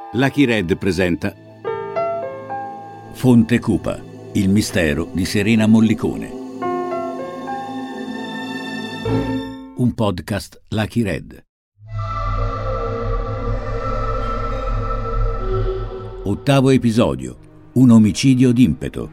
Lucky Red presenta Fonte Cupa, il mistero di Serena Mollicone. Un podcast Lucky Red. Ottavo episodio. Un omicidio d'impeto.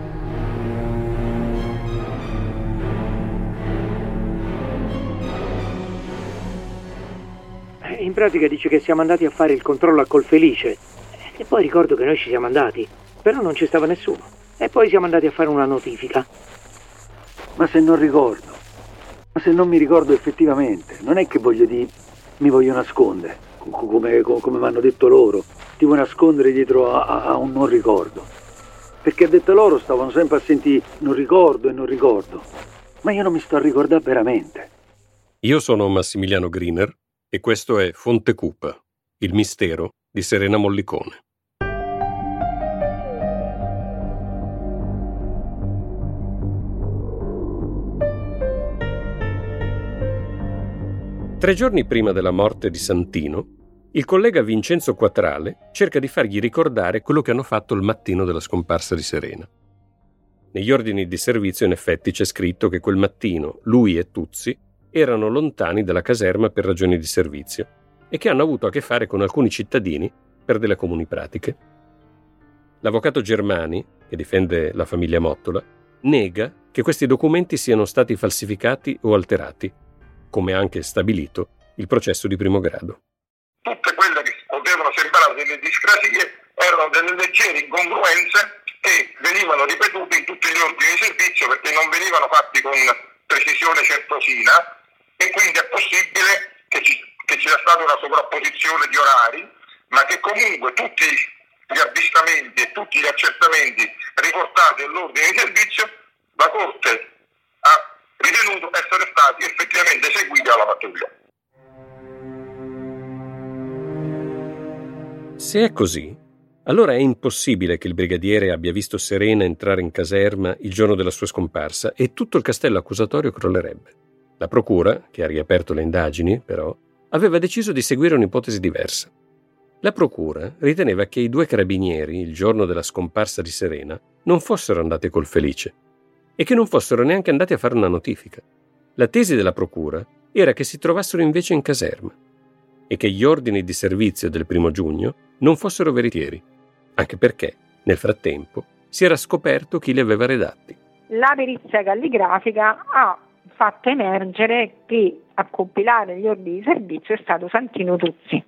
In pratica dice che siamo andati a fare il controllo a Colfelice e poi ricordo che noi ci siamo andati, però non ci stava nessuno. E poi siamo andati a fare una notifica. Ma se non ricordo, ma se non mi ricordo effettivamente, non è che voglio dire mi voglio nascondere, come mi hanno detto loro, ti vuoi nascondere dietro a un non ricordo. Perché a detto loro stavano sempre a sentire non ricordo, ma io non mi sto a ricordare veramente. Io sono Massimiliano Griner e questo è Fonte Cupa, il mistero di Serena Mollicone. Tre giorni prima della morte di Santino, il collega Vincenzo Quattrale cerca di fargli ricordare quello che hanno fatto il mattino della scomparsa di Serena. Negli ordini di servizio in effetti c'è scritto che quel mattino lui e Tuzzi erano lontani dalla caserma per ragioni di servizio e che hanno avuto a che fare con alcuni cittadini per delle comuni pratiche. L'avvocato Germani, che difende la famiglia Mottola, nega che questi documenti siano stati falsificati o alterati, come anche stabilito il processo di primo grado. Tutte quelle che potevano sembrare delle discrasie erano delle leggere incongruenze che venivano ripetute in tutti gli ordini di servizio perché non venivano fatti con precisione certosina, e quindi è possibile che ci sia stata una sovrapposizione di orari, ma che comunque tutti gli avvistamenti e tutti gli accertamenti riportati nell'ordine di servizio la Corte ha ritenuto essere stati effettivamente eseguiti dalla pattuglia. Se è così, allora è impossibile che il brigadiere abbia visto Serena entrare in caserma il giorno della sua scomparsa e tutto il castello accusatorio crollerebbe. La procura, che ha riaperto le indagini, però, aveva deciso di seguire un'ipotesi diversa. La procura riteneva che i due carabinieri, il giorno della scomparsa di Serena, non fossero andati a Colfelice e che non fossero neanche andati a fare una notifica. La tesi della procura era che si trovassero invece in caserma e che gli ordini di servizio del 1 giugno non fossero veritieri, anche perché, nel frattempo, si era scoperto chi li aveva redatti. La perizia calligrafica ha fatto emergere che a compilare gli ordini di servizio è stato Santino Tuzzi.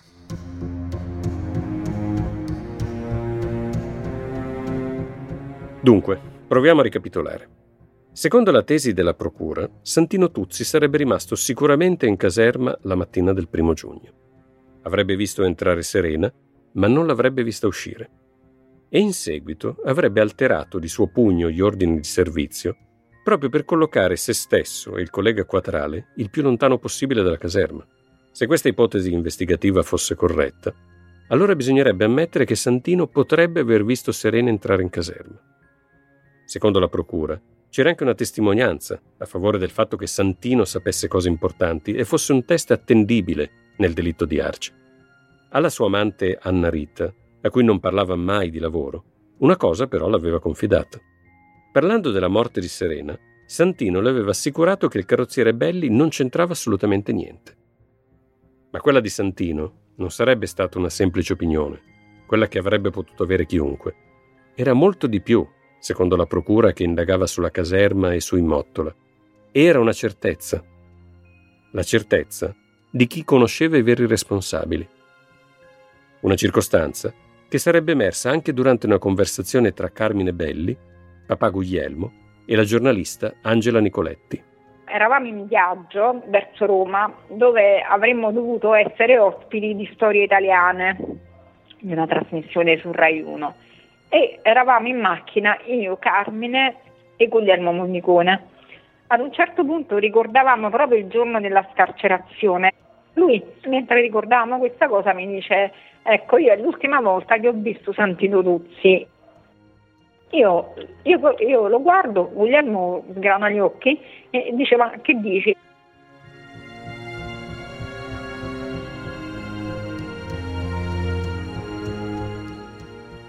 Dunque, proviamo a ricapitolare. Secondo la tesi della procura, Santino Tuzzi sarebbe rimasto sicuramente in caserma la mattina del 1 giugno. Avrebbe visto entrare Serena, ma non l'avrebbe vista uscire. E in seguito avrebbe alterato di suo pugno gli ordini di servizio proprio per collocare se stesso e il collega Quattrale il più lontano possibile dalla caserma. Se questa ipotesi investigativa fosse corretta, allora bisognerebbe ammettere che Santino potrebbe aver visto Serena entrare in caserma. Secondo la procura, c'era anche una testimonianza a favore del fatto che Santino sapesse cose importanti e fosse un teste attendibile nel delitto di Arce. Alla sua amante Anna Rita, a cui non parlava mai di lavoro, una cosa però l'aveva confidata. Parlando della morte di Serena, Santino le aveva assicurato che il carrozziere Belli non c'entrava assolutamente niente. Ma quella di Santino non sarebbe stata una semplice opinione, quella che avrebbe potuto avere chiunque. Era molto di più, secondo la procura che indagava sulla caserma e sui Mottola. Era una certezza. La certezza di chi conosceva i veri responsabili. Una circostanza che sarebbe emersa anche durante una conversazione tra Carmine Belli, papà Guglielmo, e la giornalista Angela Nicoletti. Eravamo in viaggio verso Roma, dove avremmo dovuto essere ospiti di Storie Italiane, di una trasmissione su Rai 1. E eravamo in macchina, io, Carmine e Guglielmo Mollicone. Ad un certo punto ricordavamo proprio il giorno della scarcerazione. Lui, mentre ricordavamo questa cosa, mi dice: ecco, io è l'ultima volta che ho visto Santino Tuzzi. Io lo guardo, Guglielmo sgrana gli occhi e dice: ma che dici?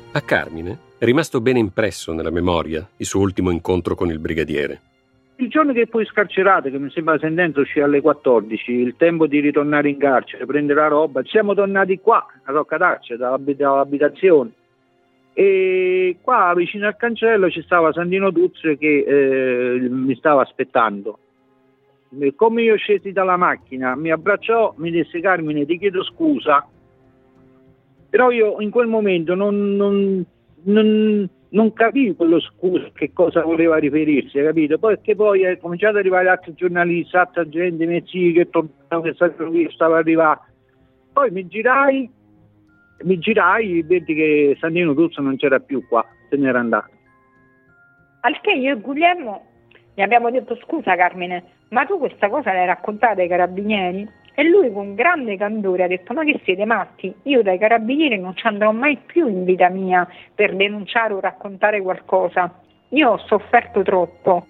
A Carmine è rimasto bene impresso nella memoria il suo ultimo incontro con il brigadiere. Il giorno che poi scarcerato, che mi sembra la sentenza uscì alle 14, il tempo di ritornare in carcere, prendere la roba, siamo tornati qua a Roccataccia, dall'abitazione, e qua vicino al cancello ci stava Santino Tuzzi che mi stava aspettando. Come io scesi dalla macchina, mi abbracciò, mi disse: Carmine, ti chiedo scusa, però io in quel momento non capivo quello scusa, che cosa voleva riferirsi, capito? Perché poi è cominciato ad arrivare altri giornalisti, altra gente, miei zii che tornavano, che stava arrivando. Poi mi girai, vedi che Santino Tuzzi non c'era più qua, se n'era andato. Al che io e Guglielmo gli abbiamo detto: scusa Carmine, ma tu questa cosa l'hai raccontata ai carabinieri? E lui con grande candore ha detto: ma che siete matti? Io dai carabinieri non ci andrò mai più in vita mia per denunciare o raccontare qualcosa. Io ho sofferto troppo.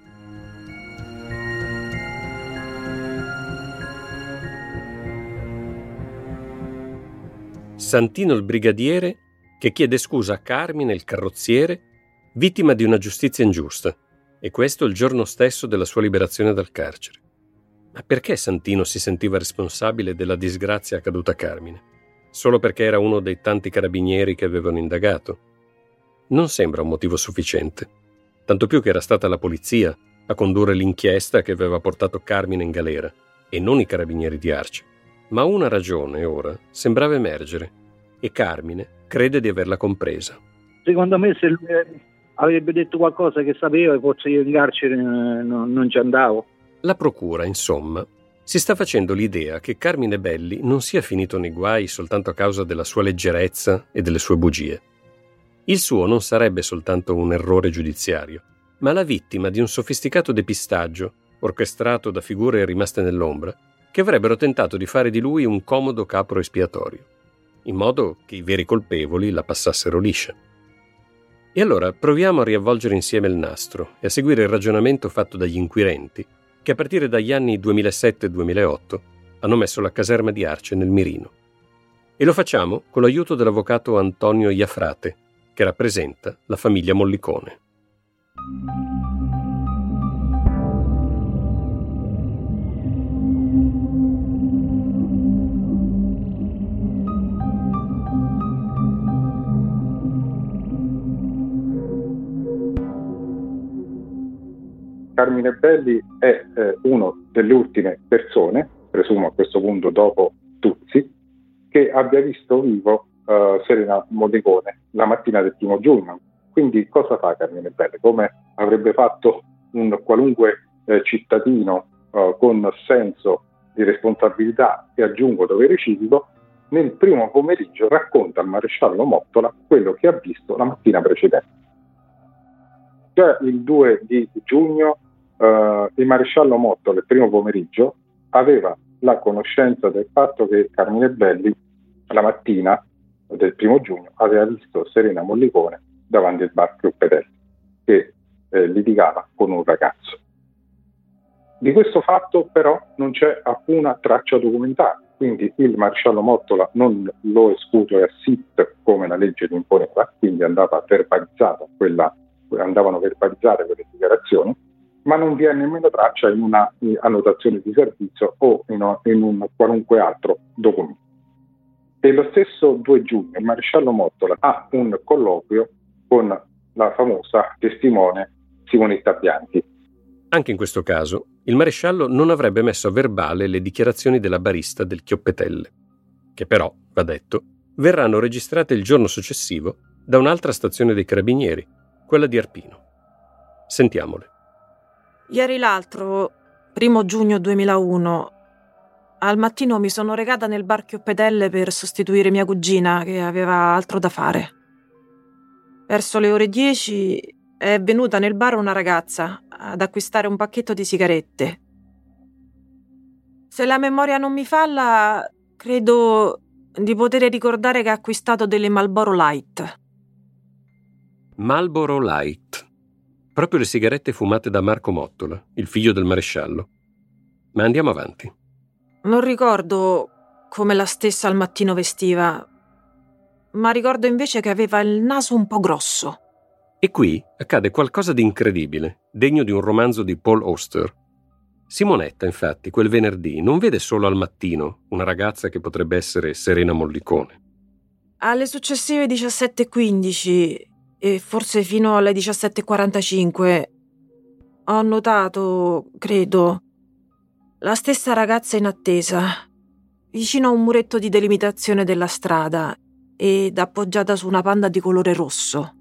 Santino il brigadiere che chiede scusa a Carmine il carrozziere, vittima di una giustizia ingiusta, e questo il giorno stesso della sua liberazione dal carcere. Ma perché Santino si sentiva responsabile della disgrazia accaduta a Carmine? Solo perché era uno dei tanti carabinieri che avevano indagato? Non sembra un motivo sufficiente, tanto più che era stata la polizia a condurre l'inchiesta che aveva portato Carmine in galera, e non i carabinieri di Arce. Ma una ragione ora sembrava emergere, e Carmine crede di averla compresa. Secondo me se lui avrebbe detto qualcosa che sapeva, forse io in carcere non ci andavo. La procura, insomma, si sta facendo l'idea che Carmine Belli non sia finito nei guai soltanto a causa della sua leggerezza e delle sue bugie. Il suo non sarebbe soltanto un errore giudiziario, ma la vittima di un sofisticato depistaggio orchestrato da figure rimaste nell'ombra che avrebbero tentato di fare di lui un comodo capro espiatorio, in modo che i veri colpevoli la passassero liscia. E allora proviamo a riavvolgere insieme il nastro e a seguire il ragionamento fatto dagli inquirenti che a partire dagli anni 2007-2008 hanno messo la caserma di Arce nel mirino. E lo facciamo con l'aiuto dell'avvocato Antonio Iafrate, che rappresenta la famiglia Mollicone. Carmine Belli è uno delle ultime persone, presumo a questo punto dopo Tuzzi, che abbia visto vivo Serena Mollicone la mattina del 1 giugno. Quindi cosa fa Carmine Belli? Come avrebbe fatto un qualunque cittadino con senso di responsabilità e aggiungo dovere civico, nel primo pomeriggio racconta al maresciallo Mottola quello che ha visto la mattina precedente. Già il 2 di giugno il maresciallo Mottola il primo pomeriggio aveva la conoscenza del fatto che Carmine Belli la mattina del 1 giugno aveva visto Serena Mollicone davanti al bar Clupetelli che litigava con un ragazzo. Di questo fatto però non c'è alcuna traccia documentata, quindi il maresciallo Mottola non lo esclude a SIT come la legge lo imponeva, quindi andavano verbalizzate quelle dichiarazioni, ma non vi è nemmeno traccia in una annotazione di servizio o in un qualunque altro documento. E lo stesso 2 giugno il maresciallo Mottola ha un colloquio con la famosa testimone Simonetta Bianchi. Anche in questo caso, il maresciallo non avrebbe messo a verbale le dichiarazioni della barista del Chioppetelle, che però, va detto, verranno registrate il giorno successivo da un'altra stazione dei Carabinieri, quella di Arpino. Sentiamole. Ieri l'altro, 1 giugno 2001, al mattino mi sono recata nel bar Chioppetelle per sostituire mia cugina che aveva altro da fare. Verso le ore 10 è venuta nel bar una ragazza ad acquistare un pacchetto di sigarette. Se la memoria non mi falla, credo di poter ricordare che ha acquistato delle Marlboro Light. Marlboro Light. Proprio le sigarette fumate da Marco Mottola, il figlio del maresciallo. Ma andiamo avanti. Non ricordo come la stessa al mattino vestiva, ma ricordo invece che aveva il naso un po' grosso. E qui accade qualcosa di incredibile, degno di un romanzo di Paul Auster. Simonetta, infatti, quel venerdì non vede solo al mattino una ragazza che potrebbe essere Serena Mollicone. Alle successive 17:15 e forse fino alle 17:45 ho notato, credo, la stessa ragazza in attesa, vicino a un muretto di delimitazione della strada ed appoggiata su una panda di colore rosso.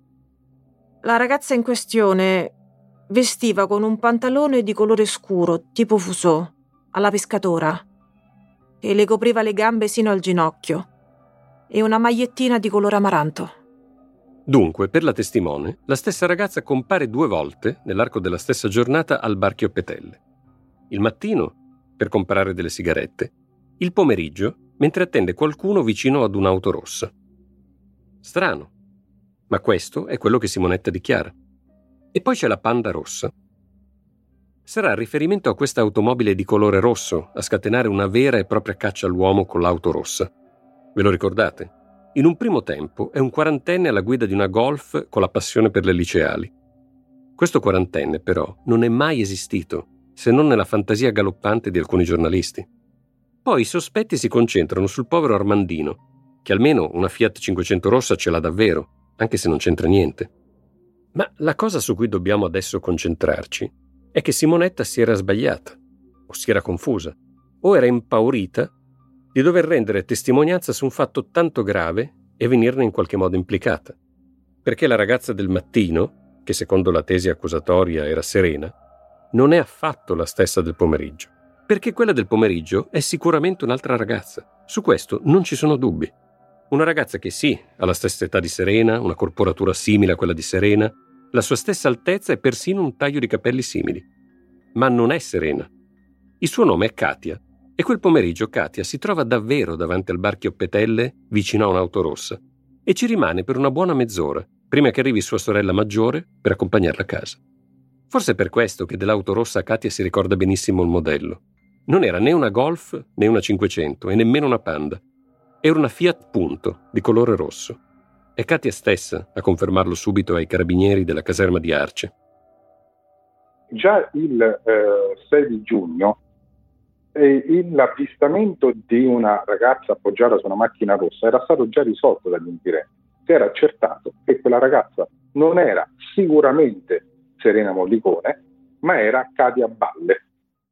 La ragazza in questione vestiva con un pantalone di colore scuro, tipo fusò, alla pescatora, che le copriva le gambe sino al ginocchio, e una magliettina di colore amaranto. Dunque, per la testimone, la stessa ragazza compare 2 volte nell'arco della stessa giornata al bar Chioppetelle. Il mattino, per comprare delle sigarette, il pomeriggio, mentre attende qualcuno vicino ad un'auto rossa. Strano, ma questo è quello che Simonetta dichiara. E poi c'è la panda rossa. Sarà il riferimento a questa automobile di colore rosso a scatenare una vera e propria caccia all'uomo con l'auto rossa. Ve lo ricordate? In un primo tempo è un quarantenne alla guida di una Golf con la passione per le liceali. Questo quarantenne, però, non è mai esistito, se non nella fantasia galoppante di alcuni giornalisti. Poi i sospetti si concentrano sul povero Armandino, che almeno una Fiat 500 rossa ce l'ha davvero, anche se non c'entra niente. Ma la cosa su cui dobbiamo adesso concentrarci è che Simonetta si era sbagliata, o si era confusa, o era impaurita di dover rendere testimonianza su un fatto tanto grave e venirne in qualche modo implicata. Perché la ragazza del mattino, che secondo la tesi accusatoria era Serena, non è affatto la stessa del pomeriggio. Perché quella del pomeriggio è sicuramente un'altra ragazza. Su questo non ci sono dubbi. Una ragazza che sì, ha la stessa età di Serena, una corporatura simile a quella di Serena, la sua stessa altezza e persino un taglio di capelli simili. Ma non è Serena. Il suo nome è Katia, e quel pomeriggio Katia si trova davvero davanti al bar Chioppetelle, vicino a un'auto rossa, e ci rimane per una buona mezz'ora, prima che arrivi sua sorella maggiore per accompagnarla a casa. Forse è per questo che dell'auto rossa Katia si ricorda benissimo il modello. Non era né una Golf né una 500 e nemmeno una Panda. Era una Fiat Punto, di colore rosso. È Katia stessa a confermarlo subito ai carabinieri della caserma di Arce. Già il 6 di giugno l'avvistamento di una ragazza appoggiata su una macchina rossa era stato già risolto dagli inquirenti. Si era accertato che quella ragazza non era sicuramente Serena Mollicone, ma era Katia Balle.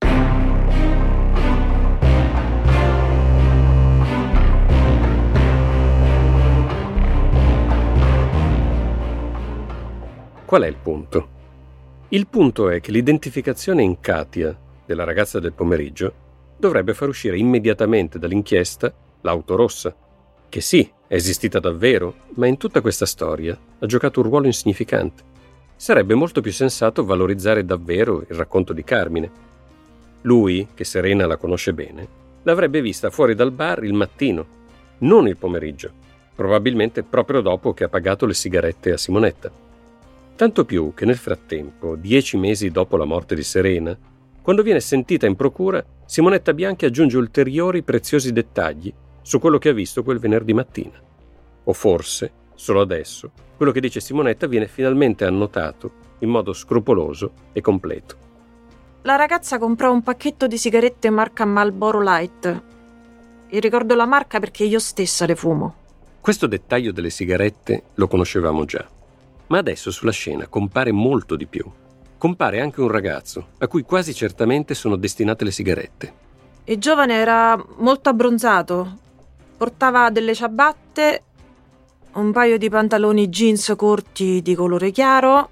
Qual è il punto? Il punto è che l'identificazione in Katia della ragazza del pomeriggio dovrebbe far uscire immediatamente dall'inchiesta l'auto rossa, che sì, è esistita davvero, ma in tutta questa storia ha giocato un ruolo insignificante. Sarebbe molto più sensato valorizzare davvero il racconto di Carmine. Lui, che Serena la conosce bene, l'avrebbe vista fuori dal bar il mattino, non il pomeriggio, probabilmente proprio dopo che ha pagato le sigarette a Simonetta. Tanto più che nel frattempo, 10 mesi dopo la morte di Serena, quando viene sentita in procura, Simonetta Bianchi aggiunge ulteriori preziosi dettagli su quello che ha visto quel venerdì mattina. O forse, solo adesso, quello che dice Simonetta viene finalmente annotato in modo scrupoloso e completo. La ragazza comprò un pacchetto di sigarette marca Marlboro Light. E ricordo la marca perché io stessa le fumo. Questo dettaglio delle sigarette lo conoscevamo già. Ma adesso sulla scena compare molto di più. Compare anche un ragazzo, a cui quasi certamente sono destinate le sigarette. Il giovane era molto abbronzato. Portava delle ciabatte, un paio di pantaloni jeans corti di colore chiaro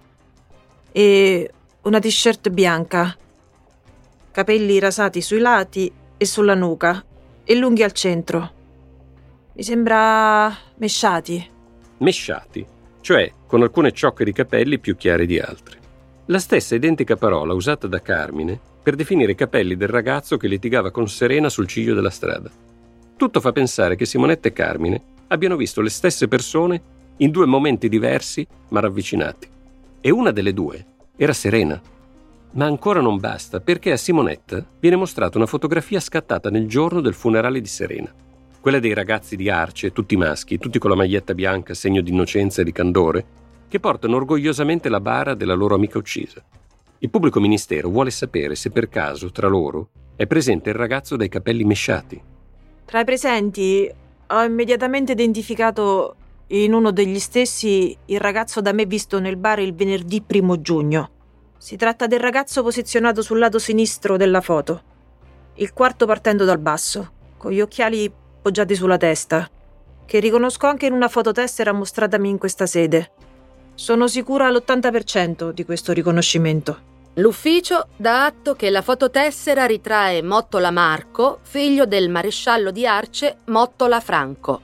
e una t-shirt bianca. Capelli rasati sui lati e sulla nuca e lunghi al centro. Mi sembra mesciati. Mesciati? Cioè con alcune ciocche di capelli più chiare di altre. La stessa identica parola usata da Carmine per definire i capelli del ragazzo che litigava con Serena sul ciglio della strada. Tutto fa pensare che Simonetta e Carmine abbiano visto le stesse persone in 2 momenti diversi ma ravvicinati. E una delle 2 era Serena. Ma ancora non basta, perché a Simonetta viene mostrata una fotografia scattata nel giorno del funerale di Serena. quella dei ragazzi di Arce, tutti maschi, tutti con la maglietta bianca, segno di innocenza e di candore, che portano orgogliosamente la bara della loro amica uccisa. Il pubblico ministero vuole sapere se per caso tra loro è presente il ragazzo dai capelli mesciati. Tra i presenti ho immediatamente identificato in uno degli stessi il ragazzo da me visto nel bar il venerdì 1 giugno. Si tratta del ragazzo posizionato sul lato sinistro della foto, il quarto partendo dal basso, con gli occhiali poggiati sulla testa, che riconosco anche in una fototessera mostratami in questa sede. Sono sicura all'80% di questo riconoscimento. L'ufficio dà atto che la fototessera ritrae Mottola Marco, figlio del maresciallo di Arce Mottola Franco.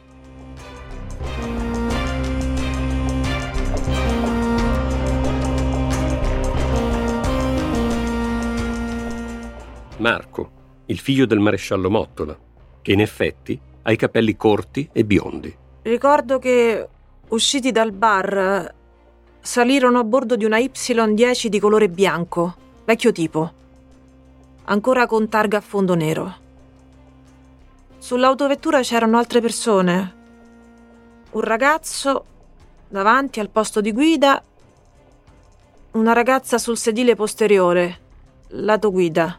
Marco, il figlio del maresciallo Mottola, che in effetti ha i capelli corti e biondi. Ricordo che, usciti dal bar, salirono a bordo di una Y10 di colore bianco, vecchio tipo, ancora con targa a fondo nero. Sull'autovettura c'erano altre persone. Un ragazzo davanti al posto di guida, una ragazza sul sedile posteriore, lato guida.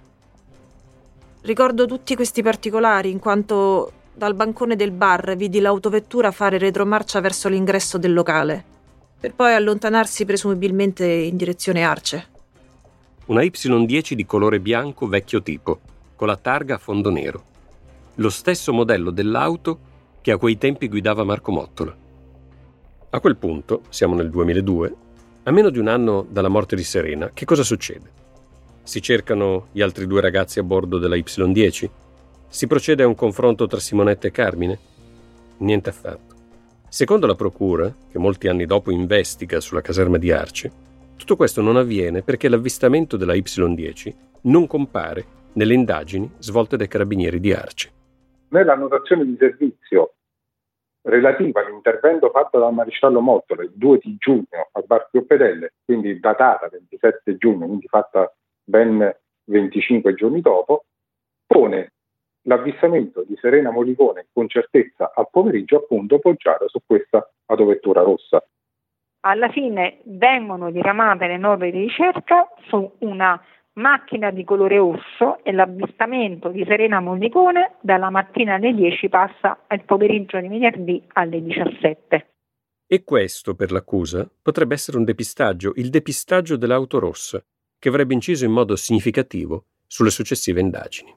Ricordo tutti questi particolari in quanto dal bancone del bar vidi l'autovettura fare retromarcia verso l'ingresso del locale, per poi allontanarsi presumibilmente in direzione Arce. Una Y10 di colore bianco vecchio tipo, con la targa a fondo nero. Lo stesso modello dell'auto che a quei tempi guidava Marco Mottola. A quel punto, siamo nel 2002, a meno di un anno dalla morte di Serena, che cosa succede? Si cercano gli altri 2 ragazzi a bordo della Y10? Si procede a un confronto tra Simonetta e Carmine? Niente affatto. Secondo la procura, che molti anni dopo investiga sulla caserma di Arce, tutto questo non avviene perché l'avvistamento della Y10 non compare nelle indagini svolte dai carabinieri di Arce. Nella annotazione di servizio relativa all'intervento fatto dal maresciallo Mottola il 2 di giugno al bar Pedelle, quindi datata 27 giugno, quindi fatta ben 25 giorni dopo, pone l'avvistamento di Serena Mollicone con certezza al pomeriggio appunto poggiata su questa autovettura rossa. Alla fine vengono diramate le note di ricerca su una macchina di colore rosso e l'avvistamento di Serena Mollicone dalla mattina alle 10 passa al pomeriggio di venerdì alle 17. E questo, per l'accusa, potrebbe essere un depistaggio, il depistaggio dell'auto rossa, che avrebbe inciso in modo significativo sulle successive indagini.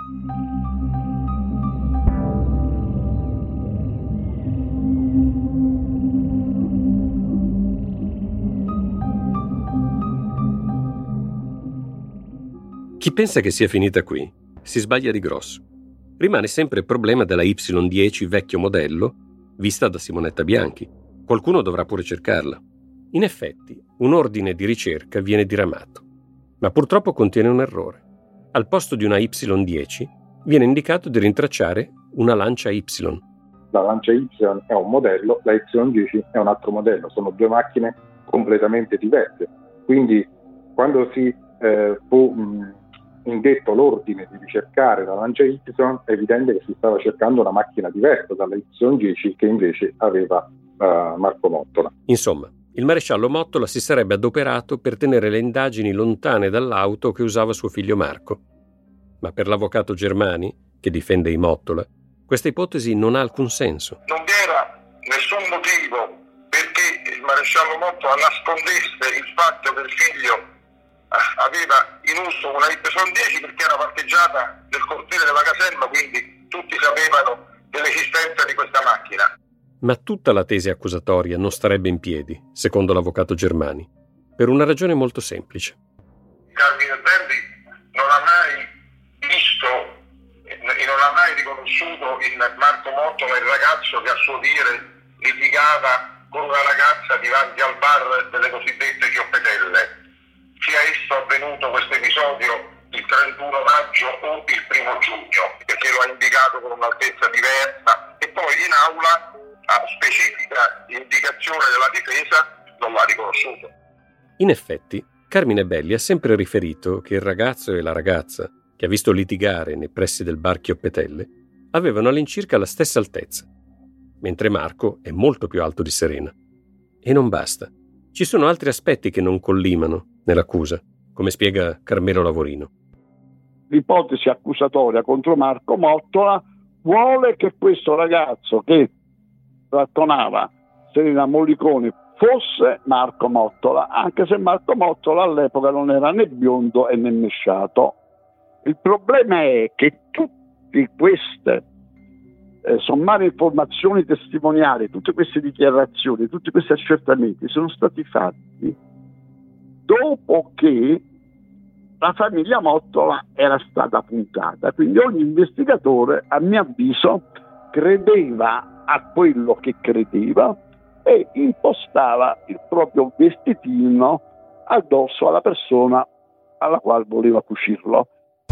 Chi pensa che sia finita qui si sbaglia di grosso. Rimane sempre il problema della Y10 vecchio modello, vista da Simonetta Bianchi. Qualcuno dovrà pure cercarla. In effetti, un ordine di ricerca viene diramato, ma purtroppo contiene un errore. Al posto di una Y10 viene indicato di rintracciare una Lancia Y. La Lancia Y è un modello, la Y10 è un altro modello, sono 2 macchine completamente diverse. Quindi quando si fu indetto l'ordine di ricercare la Lancia Y, è evidente che si stava cercando una macchina diversa dalla Y10 che invece aveva Marco Mottola. Insomma, il maresciallo Mottola si sarebbe adoperato per tenere le indagini lontane dall'auto che usava suo figlio Marco. Ma per l'avvocato Germani, che difende i Mottola, questa ipotesi non ha alcun senso. Non vi era nessun motivo perché il maresciallo Mottola nascondesse il fatto che il figlio aveva in uso una Y10 perché era parcheggiata nel cortile della caserma, quindi tutti sapevano dell'esistenza di questa macchina. Ma tutta la tesi accusatoria non starebbe in piedi, secondo l'avvocato Germani, per una ragione molto semplice. Carmine Belli non ha mai visto e non ha mai riconosciuto in Marco Mottola il ragazzo che a suo dire litigava con una ragazza davanti al bar delle cosiddette Chioppetelle. Sia esso avvenuto questo episodio il 31 maggio o il 1 giugno, perché lo ha indicato con un'altezza diversa e poi in aula a specifica indicazione della difesa non l'ha riconosciuto. In effetti, Carmine Belli ha sempre riferito che il ragazzo e la ragazza, che ha visto litigare nei pressi del bar Chioppetelle, avevano all'incirca la stessa altezza, mentre Marco è molto più alto di Serena. E non basta. Ci sono altri aspetti che non collimano nell'accusa, come spiega Carmelo Lavorino. L'ipotesi accusatoria contro Marco Mottola vuole che questo ragazzo che rattonava Serena Mollicone fosse Marco Mottola, anche se Marco Mottola all'epoca non era né biondo né mesciato. Il problema è che tutte queste sommarie informazioni testimoniali, tutte queste dichiarazioni, tutti questi accertamenti sono stati fatti dopo che la famiglia Mottola era stata puntata. Quindi ogni investigatore, a mio avviso, credeva a quello che credeva e impostava il proprio vestitino addosso alla persona alla quale voleva cucirlo.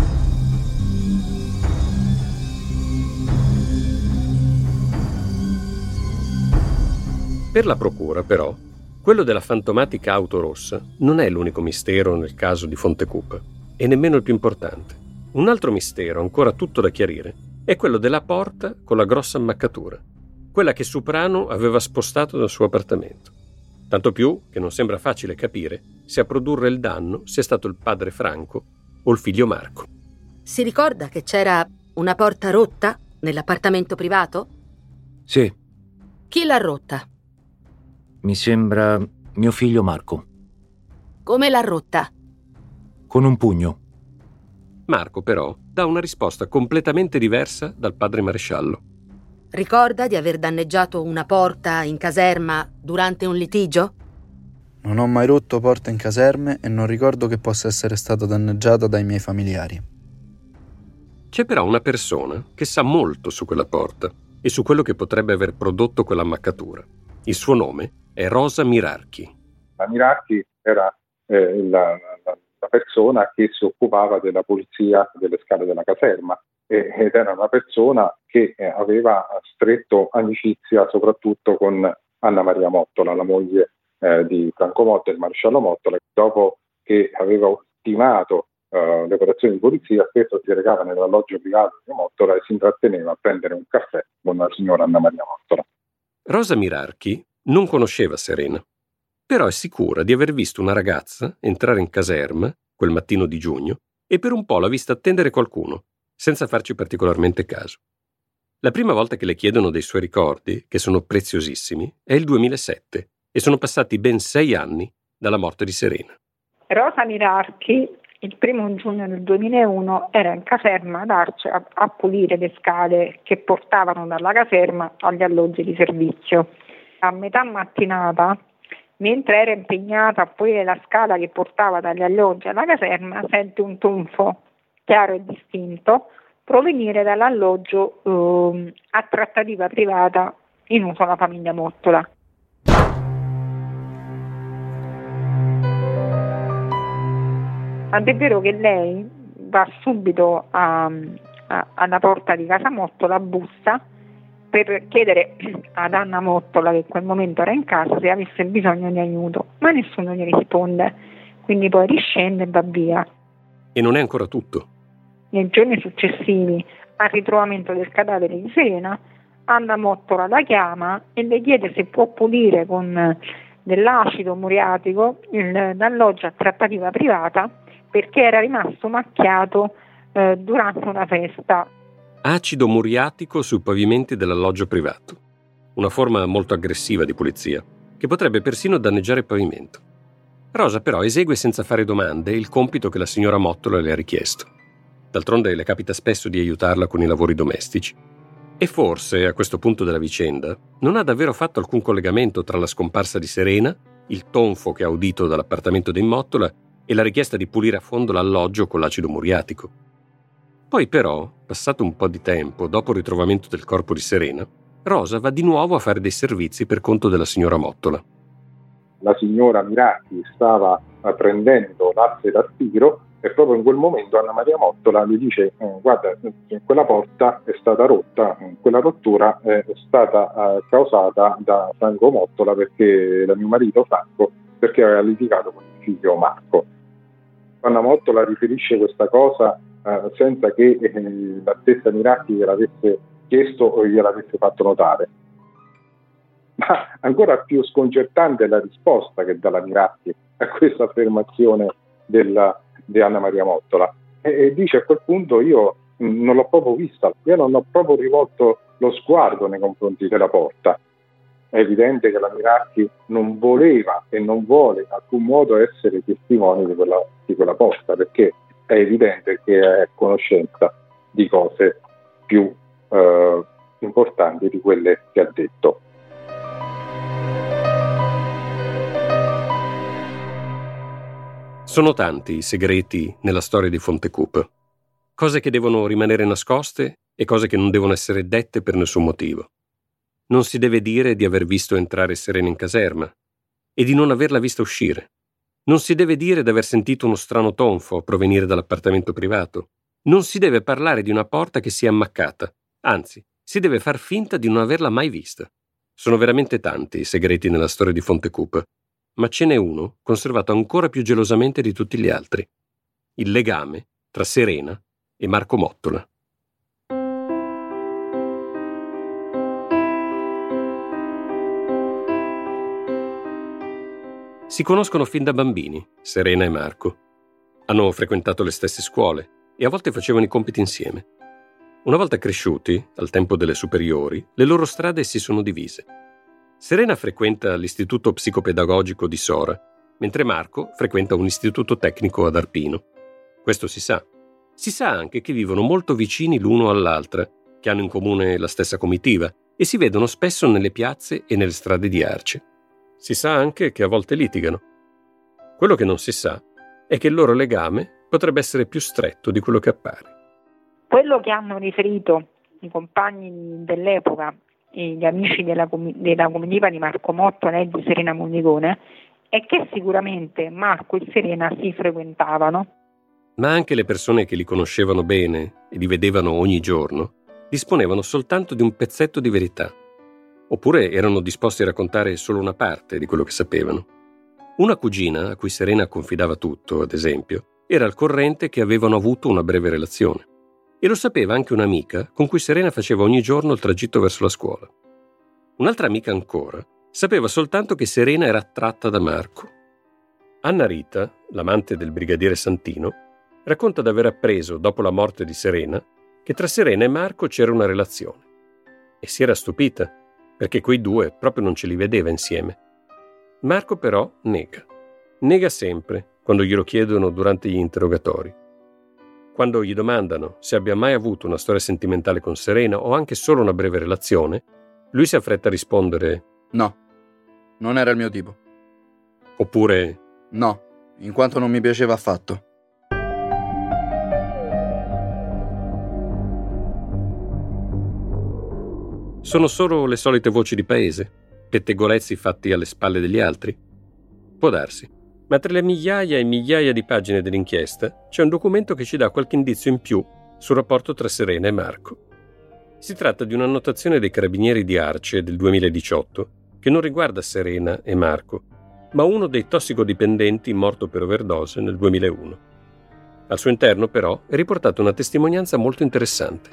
Per la procura, però, quello della fantomatica auto rossa non è l'unico mistero nel caso di Fontecupa, e nemmeno il più importante. Un altro mistero, ancora tutto da chiarire, è quello della porta con la grossa ammaccatura, quella che Suprano aveva spostato dal suo appartamento. Tanto più che non sembra facile capire se a produrre il danno sia stato il padre Franco o il figlio Marco. Si ricorda che c'era una porta rotta nell'appartamento privato? Sì. Chi l'ha rotta? Mi sembra mio figlio Marco. Come l'ha rotta? Con un pugno. Marco, però, dà una risposta completamente diversa dal padre maresciallo. Ricorda di aver danneggiato una porta in caserma durante un litigio? Non ho mai rotto porte in caserme e non ricordo che possa essere stata danneggiata dai miei familiari. C'è però una persona che sa molto su quella porta e su quello che potrebbe aver prodotto quell'ammaccatura. Il suo nome è Rosa Mirarchi. La Mirarchi era la persona che si occupava della pulizia delle scale della caserma ed era una persona che aveva stretto amicizia soprattutto con Anna Maria Mottola, la moglie di Franco Mottola, il maresciallo Mottola. Dopo che aveva ultimato le operazioni di polizia, spesso si recava nell'alloggio privato di Mottola e si intratteneva a prendere un caffè con la signora Anna Maria Mottola. Rosa Mirarchi non conosceva Serena, però è sicura di aver visto una ragazza entrare in caserma quel mattino di giugno e per un po' l'ha vista attendere qualcuno, senza farci particolarmente caso. La prima volta che le chiedono dei suoi ricordi, che sono preziosissimi, è il 2007 e sono passati ben 6 anni dalla morte di Serena. Rosa Mirarchi il 1 giugno del 2001 era in caserma ad Arce a pulire le scale che portavano dalla caserma agli alloggi di servizio. A metà mattinata, mentre era impegnata a pulire la scala che portava dagli alloggi alla caserma, sente un tonfo chiaro e distinto provenire dall'alloggio a trattativa privata in uso alla famiglia Mottola. Tant'è vero che lei va subito alla porta di casa Mottola, bussa per chiedere ad Anna Mottola, che in quel momento era in casa, se avesse bisogno di aiuto, ma nessuno gli risponde, quindi poi riscende e va via. E non è ancora tutto. Nei giorni successivi al ritrovamento del cadavere di Serena, Anna Mottola la chiama e le chiede se può pulire con dell'acido muriatico l'alloggio a trattativa privata, perché era rimasto macchiato durante una festa. Acido muriatico sui pavimenti dell'alloggio privato. Una forma molto aggressiva di pulizia, che potrebbe persino danneggiare il pavimento. Rosa però esegue senza fare domande il compito che la signora Mottola le ha richiesto. D'altronde le capita spesso di aiutarla con i lavori domestici. E forse, a questo punto della vicenda, non ha davvero fatto alcun collegamento tra la scomparsa di Serena, il tonfo che ha udito dall'appartamento dei Mottola e la richiesta di pulire a fondo l'alloggio con l'acido muriatico. Poi però, passato un po' di tempo dopo il ritrovamento del corpo di Serena, Rosa va di nuovo a fare dei servizi per conto della signora Mottola. La signora Mirarchi stava prendendo l'asse da tiro e proprio in quel momento Anna Maria Mottola gli dice guarda, quella porta è stata rotta, quella rottura è stata causata da Franco Mottola, perché da mio marito Franco, perché aveva litigato con il figlio Marco. Anna Mottola riferisce questa cosa senza che la stessa Mirarchi l'avesse chiesto o gliel'avesse fatto notare. Ma ancora più sconcertante è la risposta che dà la Miratti a questa affermazione di Anna Maria Mottola. E dice: a quel punto io non l'ho proprio vista, io non ho proprio rivolto lo sguardo nei confronti della porta. È evidente che la Miratti non voleva e non vuole in alcun modo essere testimone di quella porta, perché è evidente che è a conoscenza di cose più importanti di quelle che ha detto. Sono tanti i segreti nella storia di Fontecup, cose che devono rimanere nascoste e cose che non devono essere dette per nessun motivo. Non si deve dire di aver visto entrare Serena in caserma e di non averla vista uscire. Non si deve dire di aver sentito uno strano tonfo provenire dall'appartamento privato. Non si deve parlare di una porta che si è ammaccata. Anzi, si deve far finta di non averla mai vista. Sono veramente tanti i segreti nella storia di Fontecup, ma ce n'è uno conservato ancora più gelosamente di tutti gli altri: il legame tra Serena e Marco Mottola. Si conoscono fin da bambini, Serena e Marco. Hanno frequentato le stesse scuole e a volte facevano i compiti insieme. Una volta cresciuti, al tempo delle superiori, le loro strade si sono divise. Serena frequenta l'istituto psicopedagogico di Sora, mentre Marco frequenta un istituto tecnico ad Arpino. Questo si sa. Si sa anche che vivono molto vicini l'uno all'altra, che hanno in comune la stessa comitiva e si vedono spesso nelle piazze e nelle strade di Arce. Si sa anche che a volte litigano. Quello che non si sa è che il loro legame potrebbe essere più stretto di quello che appare. Quello che hanno riferito i compagni dell'epoca e gli amici della comitiva di Marco Mottola e di Serena Mollicone è che sicuramente Marco e Serena si frequentavano. Ma anche le persone che li conoscevano bene e li vedevano ogni giorno disponevano soltanto di un pezzetto di verità, oppure erano disposti a raccontare solo una parte di quello che sapevano. Una cugina, a cui Serena confidava tutto, ad esempio, era al corrente che avevano avuto una breve relazione. E lo sapeva anche un'amica con cui Serena faceva ogni giorno il tragitto verso la scuola. Un'altra amica ancora sapeva soltanto che Serena era attratta da Marco. Anna Rita, l'amante del brigadiere Santino, racconta di aver appreso, dopo la morte di Serena, che tra Serena e Marco c'era una relazione. E si era stupita, perché quei due proprio non ce li vedeva insieme. Marco però nega. Nega sempre, quando glielo chiedono durante gli interrogatori. Quando gli domandano se abbia mai avuto una storia sentimentale con Serena o anche solo una breve relazione, lui si affretta a rispondere: no, non era il mio tipo. Oppure: no, in quanto non mi piaceva affatto. Sono solo le solite voci di paese, pettegolezzi fatti alle spalle degli altri? Può darsi. Ma tra le migliaia e migliaia di pagine dell'inchiesta c'è un documento che ci dà qualche indizio in più sul rapporto tra Serena e Marco. Si tratta di un'annotazione dei carabinieri di Arce del 2018 che non riguarda Serena e Marco, ma uno dei tossicodipendenti morto per overdose nel 2001. Al suo interno, però, è riportata una testimonianza molto interessante.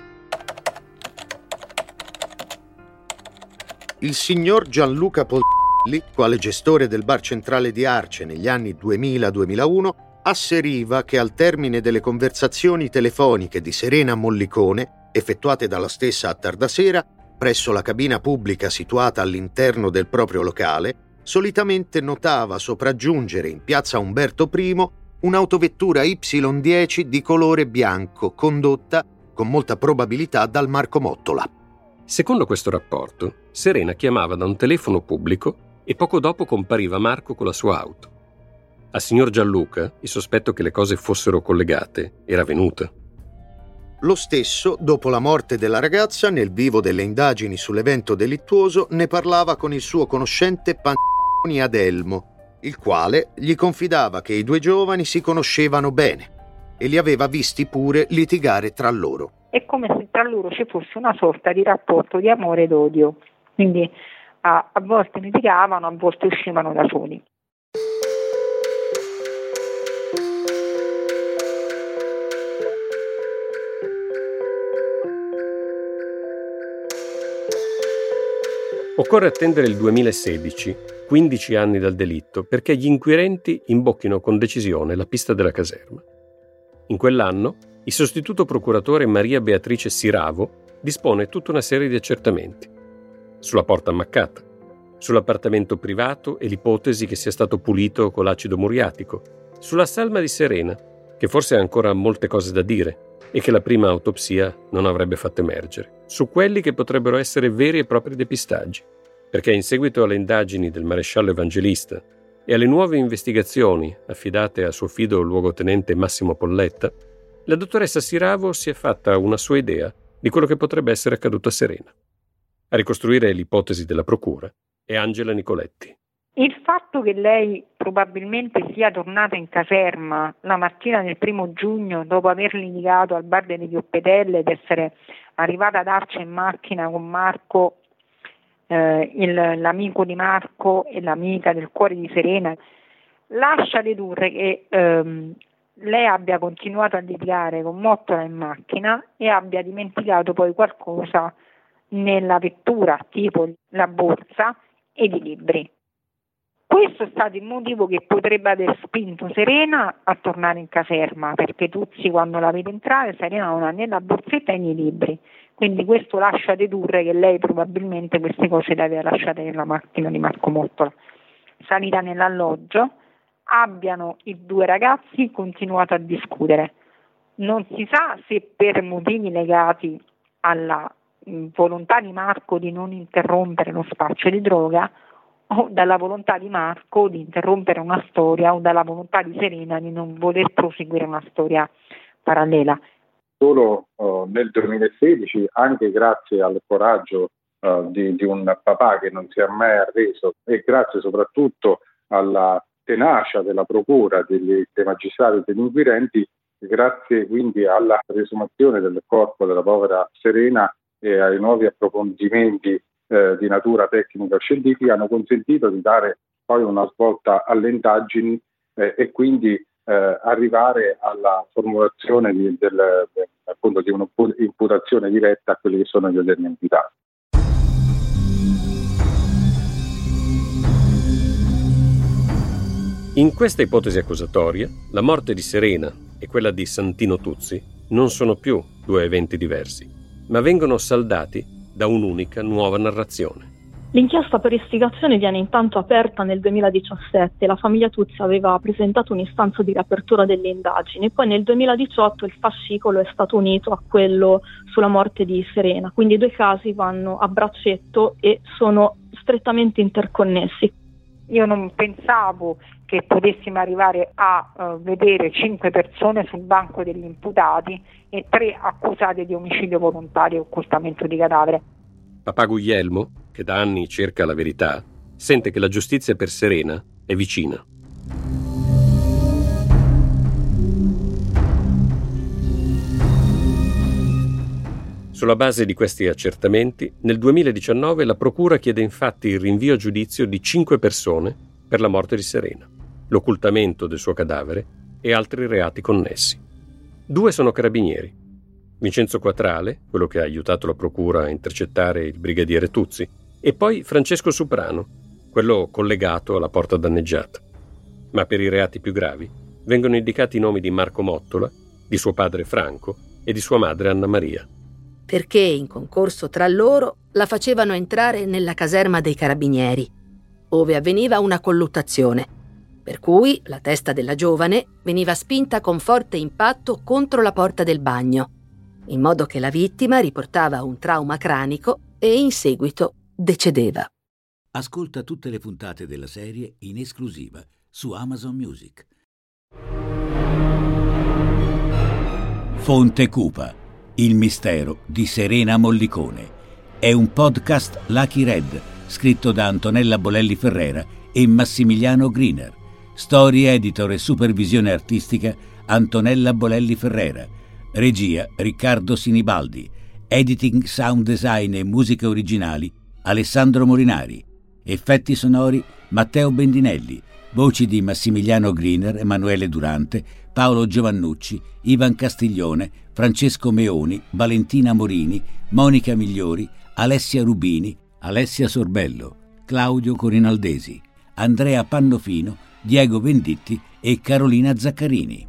Il signor Gianluca Poltelli, quale gestore del bar centrale di Arce negli anni 2000-2001, asseriva che al termine delle conversazioni telefoniche di Serena Mollicone, effettuate dalla stessa a tarda sera, presso la cabina pubblica situata all'interno del proprio locale, solitamente notava sopraggiungere in piazza Umberto I un'autovettura Y10 di colore bianco, condotta con molta probabilità dal Marco Mottola. Secondo questo rapporto, Serena chiamava da un telefono pubblico e poco dopo compariva Marco con la sua auto. Al signor Gianluca il sospetto che le cose fossero collegate era venuta. Lo stesso, dopo la morte della ragazza, nel vivo delle indagini sull'evento delittuoso, ne parlava con il suo conoscente Pancioni Adelmo, il quale gli confidava che i due giovani si conoscevano bene e li aveva visti pure litigare tra loro. È come se tra loro ci fosse una sorta di rapporto di amore ed odio. Quindi a volte litigavano, a volte uscivano da soli. Occorre attendere il 2016, 15 anni dal delitto, perché gli inquirenti imbocchino con decisione la pista della caserma. In quell'anno, il sostituto procuratore Maria Beatrice Siravo dispone tutta una serie di accertamenti. Sulla porta ammaccata, sull'appartamento privato e l'ipotesi che sia stato pulito con l'acido muriatico, sulla salma di Serena, che forse ha ancora molte cose da dire e che la prima autopsia non avrebbe fatto emergere, su quelli che potrebbero essere veri e propri depistaggi, perché in seguito alle indagini del maresciallo Evangelista e alle nuove investigazioni affidate a suo fido luogotenente Massimo Polletta, la dottoressa Siravo si è fatta una sua idea di quello che potrebbe essere accaduto a Serena. A ricostruire l'ipotesi della procura è Angela Nicoletti. Il fatto che lei probabilmente sia tornata in caserma la mattina del 1 giugno dopo aver litigato al bar delle Chioppetelle ed essere arrivata ad Arce in macchina con Marco, l'amico di Marco e l'amica del cuore di Serena, lascia dedurre che lei abbia continuato a litigare con Mottola in macchina e abbia dimenticato poi qualcosa nella vettura, tipo la borsa ed i libri. Questo è stato il motivo che potrebbe aver spinto Serena a tornare in caserma, perché Tuzzi, quando la vede entrare, Serena non ha né la borsetta né i libri, quindi questo lascia dedurre che lei probabilmente queste cose le aveva lasciate nella macchina di Marco Mottola. Salita nell'alloggio, abbiano i due ragazzi continuato a discutere. Non si sa se per motivi legati alla volontà di Marco di non interrompere lo spaccio di droga o dalla volontà di Marco di interrompere una storia o dalla volontà di Serena di non voler proseguire una storia parallela. Solo nel 2016, anche grazie al coraggio di un papà che non si è mai arreso e grazie soprattutto alla tenacia della procura, dei magistrati e degli inquirenti, grazie quindi alla riesumazione del corpo della povera Serena e ai nuovi approfondimenti di natura tecnico-scientifica, hanno consentito di dare poi una svolta alle indagini e quindi arrivare alla formulazione appunto di un'imputazione diretta a quelli che sono gli odierni imputati. In questa ipotesi accusatoria, la morte di Serena e quella di Santino Tuzzi non sono più due eventi diversi, ma vengono saldati da un'unica nuova narrazione. L'inchiesta per istigazione viene intanto aperta nel 2017. La famiglia Tuzzi aveva presentato un'istanza di riapertura delle indagini. Poi nel 2018 il fascicolo è stato unito a quello sulla morte di Serena. Quindi i due casi vanno a braccetto e sono strettamente interconnessi. Io non pensavo che potessimo arrivare a vedere 5 persone sul banco degli imputati e 3 accusate di omicidio volontario e occultamento di cadavere. Papà Guglielmo, che da anni cerca la verità, sente che la giustizia per Serena è vicina. Sulla base di questi accertamenti, nel 2019 la procura chiede infatti il rinvio a giudizio di 5 persone per la morte di Serena, l'occultamento del suo cadavere e altri reati connessi. 2 sono carabinieri. Vincenzo Quattrale, quello che ha aiutato la procura a intercettare il brigadiere Tuzzi, e poi Francesco Suprano, quello collegato alla porta danneggiata. Ma per i reati più gravi vengono indicati i nomi di Marco Mottola, di suo padre Franco e di sua madre Anna Maria. Perché in concorso tra loro la facevano entrare nella caserma dei carabinieri, ove avveniva una colluttazione, per cui la testa della giovane veniva spinta con forte impatto contro la porta del bagno, in modo che la vittima riportava un trauma cranico e in seguito decedeva. Ascolta tutte le puntate della serie in esclusiva su Amazon Music. Fonte Cupa. Il mistero di Serena Mollicone. È un podcast Lucky Red, scritto da Antonella Bolelli Ferrera e Massimiliano Griner. Storia, editor e supervisione artistica Antonella Bolelli Ferrera. Regia Riccardo Sinibaldi. Editing, sound design e musiche originali Alessandro Morinari. Effetti sonori Matteo Bendinelli. Voci di Massimiliano Griner, Emanuele Durante, Paolo Giovannucci, Ivan Castiglione, Francesco Meoni, Valentina Morini, Monica Migliori, Alessia Rubini, Alessia Sorbello, Claudio Corinaldesi, Andrea Pannofino, Diego Venditti e Carolina Zaccarini.